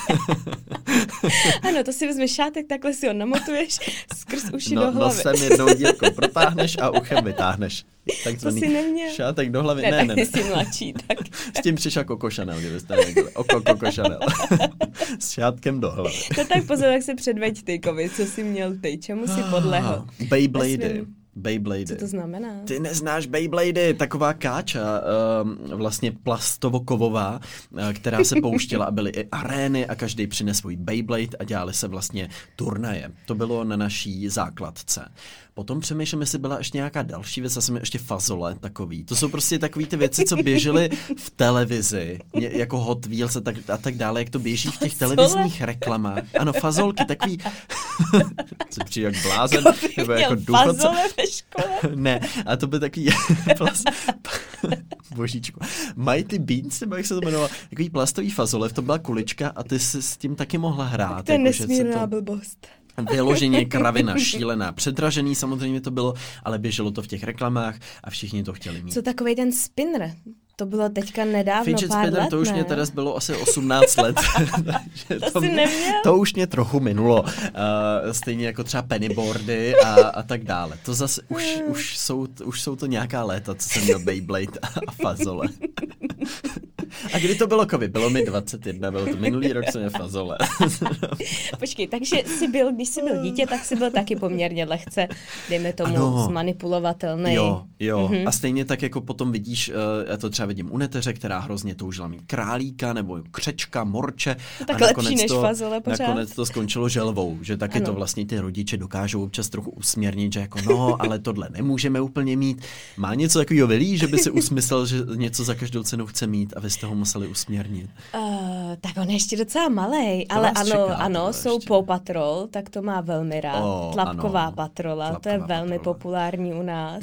Ano, to si vezmeš šátek, takhle si ho namotuješ skrz uši do hlavy. Nosem jednou dírkou protáhneš a uchem vytáhneš. To si neměl. Šátek do hlavy. Ne. Jsi mladší, tak. S tím přišel Coco Chanel, kdybyste nevěděli. Coco Chanel. S šátkem do hlavy. No tak pozor, jak se předveď ty, co jsi měl ty, čemu jsi podlehl? Beyblady. Co to znamená? Ty neznáš Beyblady, taková káča, vlastně plastovo-kovová, která se pouštěla a byly i arény a každý přines svůj Beyblade a dělali se vlastně turnaje. To bylo na naší základce. Potom přemýšlím, jestli byla ještě nějaká další věc, asi ještě fazole takový. To jsou prostě takový ty věci, co běžely v televizi, jako Hot Wheels a tak dále, jak to běží v těch televizních reklamách. Ano, fazolky, takový, co přijde jak blázen, nebo jako důchodce. Ve škole? Ne, a to by takový božíčku. Mighty Beans, nebo jak se to jmenovalo, takový plastový fazole, v tom byla kulička a ty jsi s tím taky mohla hrát. To je nesmírná blbost. Vyloženě kravina, šílená, předražený samozřejmě to bylo, ale běželo to v těch reklamách a všichni to chtěli mít. Co takovej ten spinner? To bylo teďka nedávno, Fidget pár spinner, let, to už ne? mě teda bylo asi 18 let. To jsi neměl? To už mě trochu minulo. Stejně jako třeba pennyboardy a tak dále. To zase už jsou to nějaká léta, co jsem měl Beyblade a fazole. A kdy to bylo, Kovi? Bylo mi 21, bylo to minulý rok, jsem je fazole. Počkej, takže když jsi byl dítě, tak jsi byl taky poměrně lehce, dejme tomu, zmanipulovatelný. Jo. Mm-hmm. A stejně tak jako potom vidíš, já to třeba vidím u neteře, která hrozně toužila mít králíka nebo křečka, morče. Tak lepší než fazole pořád. Nakonec to skončilo želvou, že taky to vlastně ty rodiče dokážou občas trochu usměrnit, že jako ale tohle nemůžeme úplně mít. Má něco takového velí, že by si usmyslel, že něco za každou cenu chce mít a vy jste ho museli usměrnit? Tak on je ještě docela malej, ale ano, jsou Paw Patrol, tak to má velmi rád. Tlapková patrola, to je velmi populární u nás.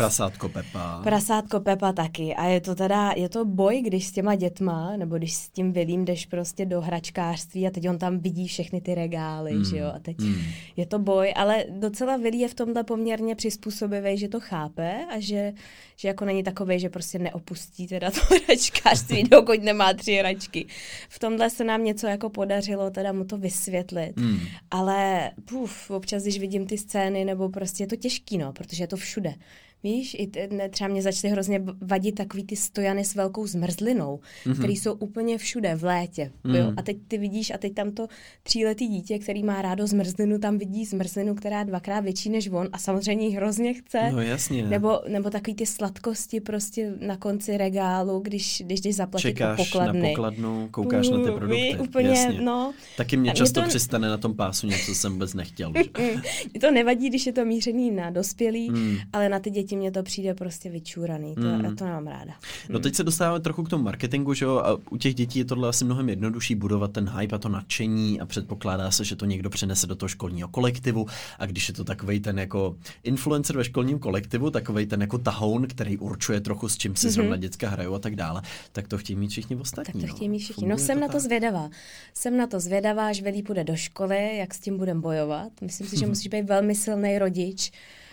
Prasátko Pepa taky. A je to boj, když s těma dětma, nebo když s tím Vilím jdeš prostě do hračkářství a teď on tam vidí všechny ty regály, že jo, a teď je to boj, ale docela Vilí je v tomhle poměrně přizpůsobivý, že to chápe a že jako není takovej, že prostě neopustí teda to hračkářství, dokud nemá 3 hračky. V tomhle se nám něco jako podařilo teda mu to vysvětlit, ale občas, když vidím ty scény, nebo prostě je to těžký, protože je to všude. Víš, třeba mě začaly hrozně vadit takový ty stojany s velkou zmrzlinou, které jsou úplně všude v létě. Jo? A teď ty vidíš, a teď tam to 3letý dítě, který má rádo zmrzlinu, tam vidí zmrzlinu, která je 2krát větší než on a samozřejmě ji hrozně chce. No jasně. Nebo takový ty sladkosti prostě na konci regálu, když jdeš zaplatit čekáš po pokladny. Na pokladnu, koukáš na ty produkty. Úplně, jasně. No. Taky mě často přistane na tom pásu něco, jsem vůbec nechtěl. Mě to nevadí, když je to mířený na dospělý, ale na ty děti mně to přijde prostě vyčúraný. To nemám ráda. No teď se dostáváme trochu k tomu marketingu, že jo? A u těch dětí je tohle asi mnohem jednodušší budovat ten hype a to nadšení a předpokládá se, že to někdo přenese do toho školního kolektivu a když je to takovej ten jako influencer ve školním kolektivu, takovej ten jako tahoun, který určuje trochu, s čím si zrovna děcka hrajou a tak dále, tak to chtějí mít všichni ostatní. Tak to chtějí mít všichni. No jsem na to zvědavá. Jsem na to zvědavá, až Velí půjde do školy, jak s tím budeme bojovat. Myslím si, že musíš být velmi silný rodič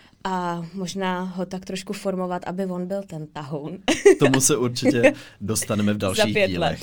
a možná ho tak trošku formovat, aby on byl ten tahoun. Tomu se určitě dostaneme v dalších dílech.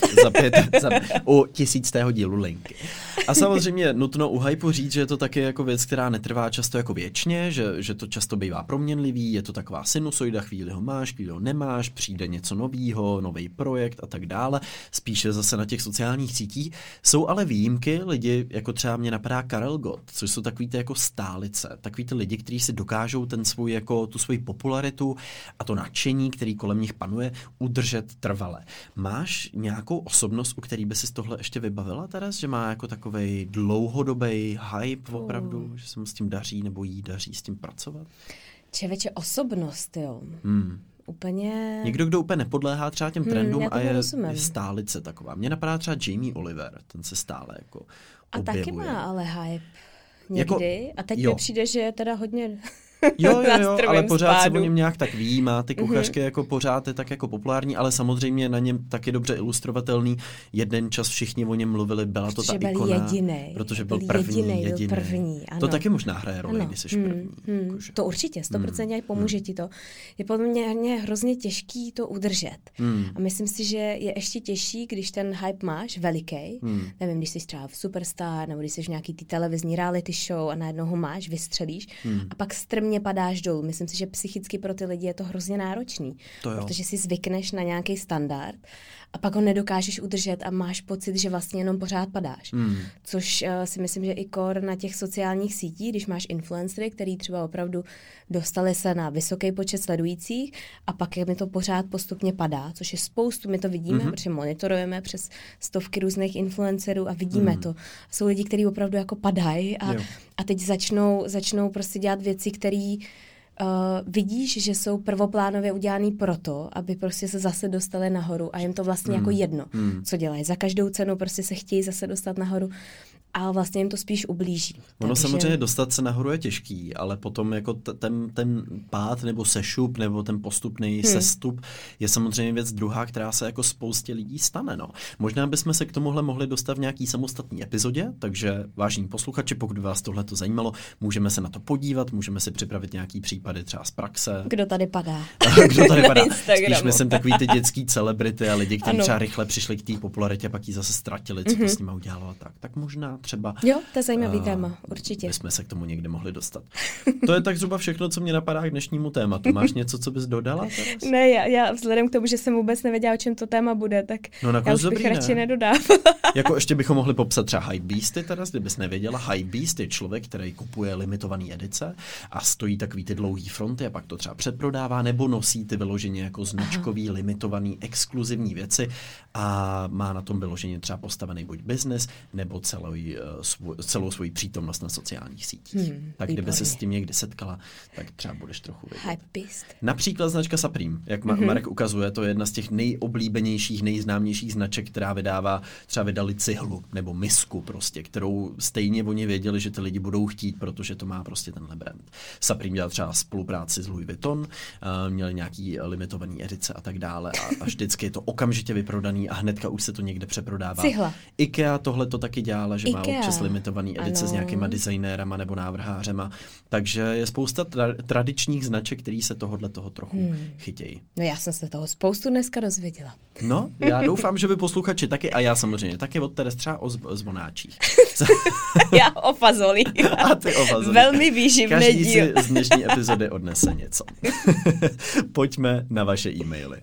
U 1000. dílu Linky. A samozřejmě nutno u hypeu říct, že je to taky jako věc, která netrvá často jako věčně, že to často bývá proměnlivý, je to taková sinusoida, chvíli ho máš, chvíli ho nemáš, přijde něco novýho, nový projekt a tak dále. Spíše zase na těch sociálních sítích. Jsou ale výjimky, lidi, jako třeba mě napadá Karel Gott, což jsou takový ty jako stálice, takový ty lidi, kteří si dokážou tu svoji popularitu a to nadšení, který kolem nich panuje, udržet trvale. Máš nějakou osobnost, u který by si tohle ještě vybavila, Teres, že má jako takovej dlouhodobý hype opravdu, že se mu s tím daří nebo jí daří s tím pracovat? Čeveče, osobnost, jo. Úplně... Někdo, kdo úplně nepodléhá třeba těm trendům a je stálice taková. Mně napadá třeba Jamie Oliver, ten se stále jako objevuje. A taky má ale hype někdy. A teď mi přijde, že je teda hodně... Jo, ale pořád se o něm nějak tak ví, má ty kuchařky jako pořád je tak jako populární, ale samozřejmě na něm taky dobře ilustrovatelný. Jeden čas všichni o něm mluvili, byla to ta ikona. Protože byl první. Ano. To taky možná hraje roli, když jsi první. To určitě, 100% pomůže ti to. Je podle mě hrozně těžký to udržet. A myslím si, že je ještě těžší, když ten hype máš veliký. Nevím, když jsi třeba v Superstar, nebo když jsi v nějaký ty televizní reality show a najednou ho máš, vystřelíš a pak strmě padáš dolů. Myslím si, že psychicky pro ty lidi je to hrozně náročný, protože si zvykneš na nějaký standard a pak ho nedokážeš udržet a máš pocit, že vlastně jenom pořád padáš. Což si myslím, že i kor na těch sociálních sítích, když máš influencery, který třeba opravdu dostali se na vysoký počet sledujících a pak mi to pořád postupně padá, což je spoustu, my to vidíme, protože monitorujeme přes stovky různých influencerů a vidíme to. Jsou lidi, kteří opravdu jako padají a teď začnou prostě dělat věci, které vidíš, že jsou prvoplánově udělaný proto, aby prostě se zase dostali nahoru a jim to vlastně jako jedno, co dělají. Za každou cenu prostě se chtějí zase dostat nahoru a vlastně jim to spíš ublíží. Ono samozřejmě dostat se nahoru je těžký, ale potom jako ten pád nebo sešup nebo ten postupný sestup je samozřejmě věc druhá, která se jako spoustě lidí stane. No. Možná bychom se k tomuhle mohli dostat v nějaký samostatný epizodě, takže vážení posluchači, pokud by vás tohle to zajímalo, můžeme se na to podívat, můžeme si připravit nějaký případy třeba z praxe. Kdo tady padá? Kdo tady padá? Spíš myslím takový ty dětský celebrity a lidi, kteří třeba rychle přišli k té popularitě, pak ji zase ztratili, co to s nimi udělalo a tak. Tak možná třeba. Jo, to je zajímavý téma, určitě. My jsme se k tomu někdy mohli dostat. To je tak zhruba všechno, co mě napadá k dnešnímu tématu. Máš něco, co bys dodala teraz? Ne, já vzhledem k tomu, že jsem vůbec nevěděla, o čem to téma bude, tak já už bych radši nedodávala. Jako ještě bychom mohli popsat třeba Hypebeasty teraz, kdybys nevěděla. Hypebeast je člověk, který kupuje limitovaný edice a stojí takový ty dlouhý fronty a pak to třeba předprodává nebo nosí ty vyloženě jako značkový, limitovaný, exkluzivní věci a má na tom vyloženě třeba postavený buď biznes nebo celou svoji přítomnost na sociálních sítích. Tak kdyby se s tím někdy setkala, tak třeba budeš trochu vědět. Hypebeast. Například značka Supreme, jak Marek ukazuje, to je jedna z těch nejoblíbenějších, nejznámějších značek, která třeba vydali cihlu nebo misku prostě, kterou stejně oni věděli, že ty lidi budou chtít, protože to má prostě tenhle brand. Supreme dělal třeba spolupráci s Louis Vuitton, měli nějaký limitovaný edice a tak dále a vždycky je to okamžitě vyprodaný a hnedka už se to někde přeprodává. Cihla. IKEA tohle to taky dělala, že má občas limitovaný edice s nějakýma designérama nebo návrhářema, takže je spousta tradičních značek, který se toho trochu chytějí. No já jsem se toho spoustu dneska dozvěděla. No, já doufám, že vy posluchači taky a já samozřejmě taky od Teres třeba o zvonáčích. Já o fazolích. A ty o fazolích. Velmi výživný Každý díl. si z dnešní epizody odnese něco. Pojďme na vaše e-maily.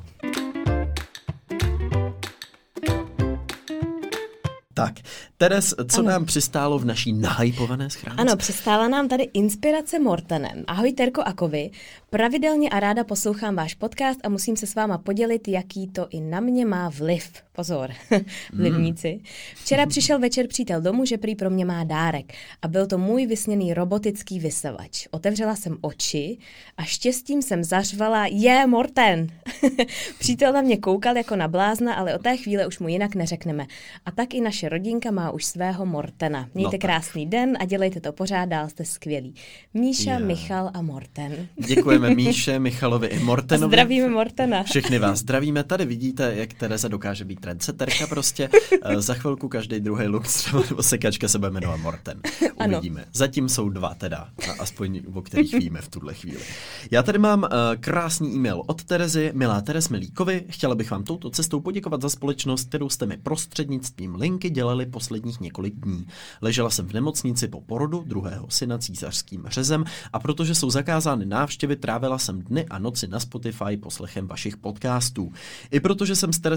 Tak, Teres, co nám přistálo v naší nahypované schránce? Ano, přistála nám tady inspirace Mortenem. Ahoj Terko a Kovy, pravidelně a ráda poslouchám váš podcast a musím se s váma podělit, jaký to i na mě má vliv. Pozor, vlivníci. Včera přišel večer přítel domů, že prý pro mě má dárek a byl to můj vysněný robotický vysavač. Otevřela jsem oči a štěstím jsem zařvala, Morten! Přítel na mě koukal jako na blázna, ale od té chvíle už mu jinak neřekneme. A tak i naše rodinka má už svého Mortena. Mějte krásný den a dělejte to pořád, dál jste skvělí. Míša, Michal a Morten. Děkujeme Míše, Michalovi i Mortenovi. Zdravíme Mortena. Všechny vás zdravíme. Tady vidíte, jak Tereza dokáže být trendseterka prostě. Za chvilku každý druhý lux nebo sekačka se bude jmenovat Morten. Uvidíme. Ano. Zatím jsou dva teda, aspoň o kterých víme v tuhle chvíli. Já tady mám krásný e-mail od Terezy. Milá Teres, milí Kovy, chtěla bych vám touto cestou poděkovat za společnost, kterou jste mi prostřednictvím linky dělali posledních několik dní. Ležela jsem v nemocnici po porodu druhého syna císařským řezem a protože jsou zakázány návštěvy, trávila jsem dny a noci na Spotify poslechem vašich podcastů. I protože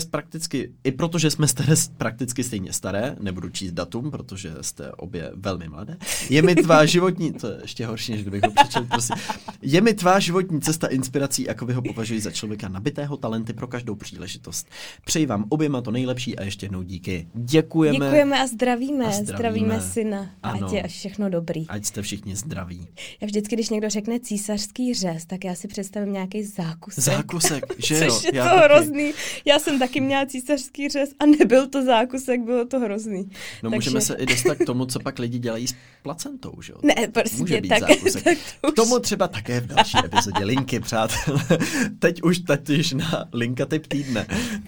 jsme s Teres prakticky stejně staré, nebudu číst datum, protože jste obě velmi mladé, je mi tvá životní, to je ještě horší, než kdybych ho přečetl, prosím. Je mi tvá životní cesta inspirací, jako vy ho považuji za člověka nabitého talenty pro každou příležitost. Přeji vám oběma to nejlepší a ještě jednou díky. Děkujeme a zdravíme syna. Ať je všechno dobrý. Ať jste všichni zdraví. Já vždycky, když někdo řekne císařský řez, tak já si představím nějaký zákusek. Zákusek, že jo? Což je to hrozný. Já jsem taky měla císařský řez a nebyl to zákusek, bylo to hrozný. No takže... můžeme se i dostat k tomu, co pak lidi dělají s placentou, že jo? Ne, prostě může být tak, zákusek. Tak k tomu třeba také v další epizodě linky, přátelé. Teď už totiž na linka typ týdne.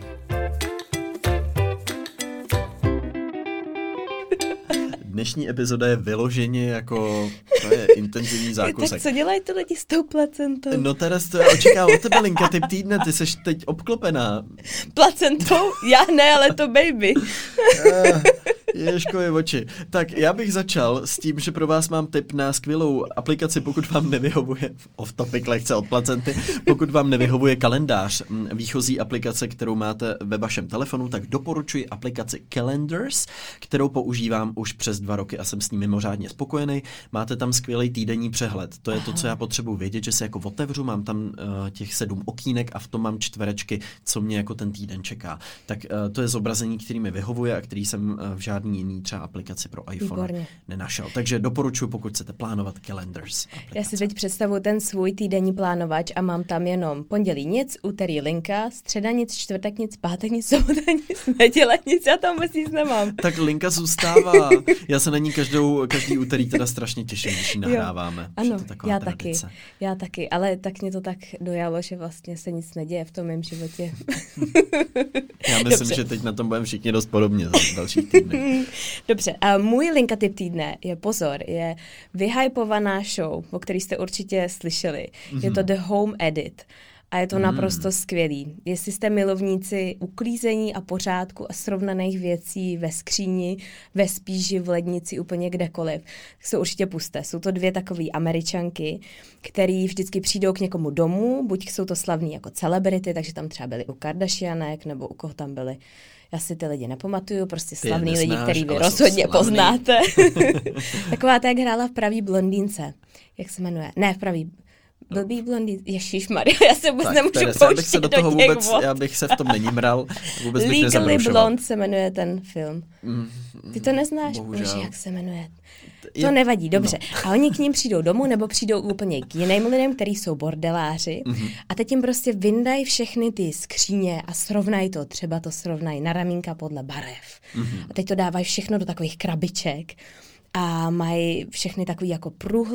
Dnešní epizoda je vyloženě jako, to je intenzivní zákusek. Tak co dělají ty lidi s tou placentou? No teraz to já očekávám od tebe, linka typ týdne, ty seš teď obklopená. Placentou? Já ne, ale to baby. Ježkové oči. Tak já bych začal s tím, že pro vás mám tip na skvělou aplikaci, pokud vám nevyhovuje, off topic lehce od placenty, pokud vám nevyhovuje kalendář, výchozí aplikace, kterou máte ve vašem telefonu, tak doporučuji aplikaci Calendars, kterou používám už přes 2 roky a jsem s ní mimořádně spokojený. Máte tam skvělý týdenní přehled. To je to, co já potřebuji vědět, že se jako otevřu, mám tam těch 7 okýnek a v tom mám čtverečky, co mě jako ten týden čeká. Tak to je zobrazení, který mi vyhovuje a který jsem v žádný jiný třeba aplikaci pro iPhone nenašel. Takže doporučuji, pokud chcete plánovat Calendars. Aplikace. Já si teď představuji ten svůj týdenní plánovač a mám tam jenom pondělí nic, úterý linka, středa nic, čtvrtek nic, pátek nic, sobota nic, neděle nic, já tam vůbec nic nemám. Tak linka zůstává. Já se na ní každý úterý teda strašně těším, když ji nahráváme. Ano, já taky, ale tak mě to tak dojalo, že vlastně se nic neděje v tom mém životě. Já myslím, že teď na tom budeme všichni dost podobně za dalších týdnech. Dobře, a můj linka tip týdne je vyhypovaná show, o který jste určitě slyšeli. Je to The Home Edit. a je to naprosto skvělý. Jestli jste milovníci uklízení a pořádku a srovnaných věcí ve skříni, ve spíži, v lednici, úplně kdekoliv, tak se určitě pusťte. Jsou to 2 takové Američanky, který vždycky přijdou k někomu domů, buď jsou to slavní jako celebrity, takže tam třeba byli u Kardashianek, nebo u koho tam byli. Já si ty lidi nepamatuju, prostě slavní lidi, který vy rozhodně poznáte. Taková ta, jak hrála v Pravý blondýnce. Jak se jmenuje? Ne, v Pravý blbý blondýn. Ježišmarja, já se vůbec nemůžu pouštět do těch vůbec, vod. Já bych se v tom nemímral. Vůbec bych Legally Blonde se jmenuje ten film. Ty to neznáš? Bože, jak se jmenuje? To nevadí, dobře. No. A oni k ním přijdou domů nebo přijdou úplně k jiným lidem, kteří jsou bordeláři a teď jim prostě vyndají všechny ty skříně a srovnají to. Třeba to srovnají na ramínka podle barev. A teď to dávají všechno do takových krabiček. A mají všechny takový jako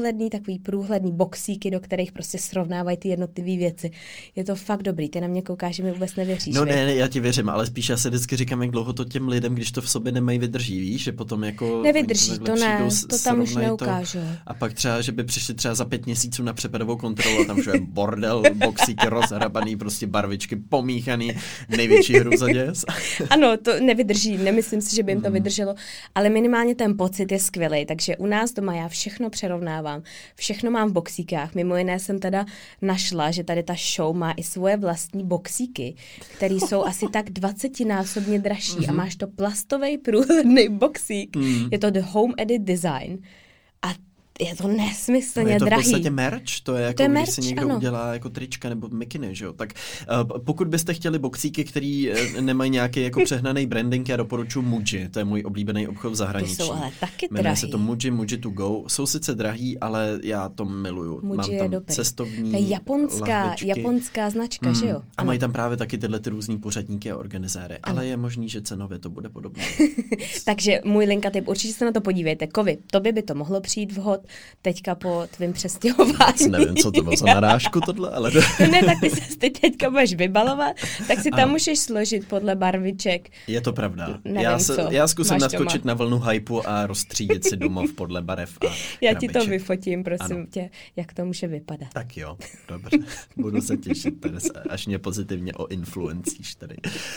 průhledný boxíky, do kterých prostě srovnávají ty jednotlivé věci. Je to fakt dobrý, ty na mě koukáš, že mi vůbec nevěříš. No ne, já ti věřím, ale spíš já se vždycky říkám, jak dlouho to těm lidem, když to v sobě nemají, vydrží, víš, že potom jako... Nevydrží, to ne, to tam už neukážu. A pak třeba, že by přišli třeba za 5 měsíců na přepadovou kontrolu a tam už je bordel, boxíky rozhrabaný, prostě barvičky pomíchaný, největší hruzaděs. Ano, to nevydrží, nemyslím si, že by jim to vydrželo, ale minimálně ten pocit je skvělý. Takže u nás doma já všechno přerovnávám, všechno mám v boxíkách. Mimo jiné jsem teda našla, že tady ta show má i svoje vlastní boxíky, které jsou asi tak 20násobně dražší a máš to plastový průhledný boxík. Je to The Home Edit Design a je to nesmyslně drahý. Je to v podstatě merch, to je jako když merch, si někdo udělá jako trička nebo mikiny, že jo. Tak pokud byste chtěli boxíky, který nemají nějaký jako přehnaný branding, já doporučuji Muji, to je můj oblíbený obchod v zahraničí. Ty jsou ale taky drahý. Jmenuje se to Muji to go. Jsou sice drahý, ale já to miluju. Muji mám tam cestovní to je japonská značka, že jo? A mají tam právě taky tyhle ty různý pořadníky a organizéry, ale je možný, že cenově to bude podobné. Takže můj linka tip, určitě se na to podívejte. Kovy, tobě by to mohlo přijít vhod. Teďka po tvým přestěhování. Nevím, co to bylo za narážku tohle, ale... Ne, tak ty se teďka budeš vybalovat, tak si tam můžeš složit podle barviček. Je to pravda. Nevím, já zkusím naskočit na vlnu hypu a rozstřídit si domov podle barev a já ti to vyfotím, prosím tě, jak to může vypadat. Tak jo, dobře. Budu se těšit, až mě pozitivně oinfluencíš tady.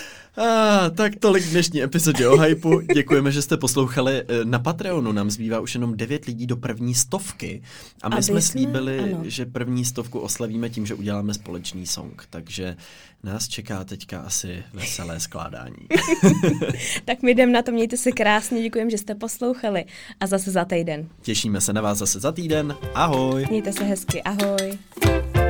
Tak tolik dnešní epizodě o hypu. Děkujeme, že jste poslouchali. Na Patreonu nám zbývá už jenom 9 lidí do první 100. A my jsme slíbili, že první 100 oslavíme tím, že uděláme společný song. Takže nás čeká teďka asi veselé skládání. Tak my jdem na to, mějte se krásně, děkujeme, že jste poslouchali. A zase za týden. Těšíme se na vás zase za týden. Ahoj. Mějte se hezky, ahoj.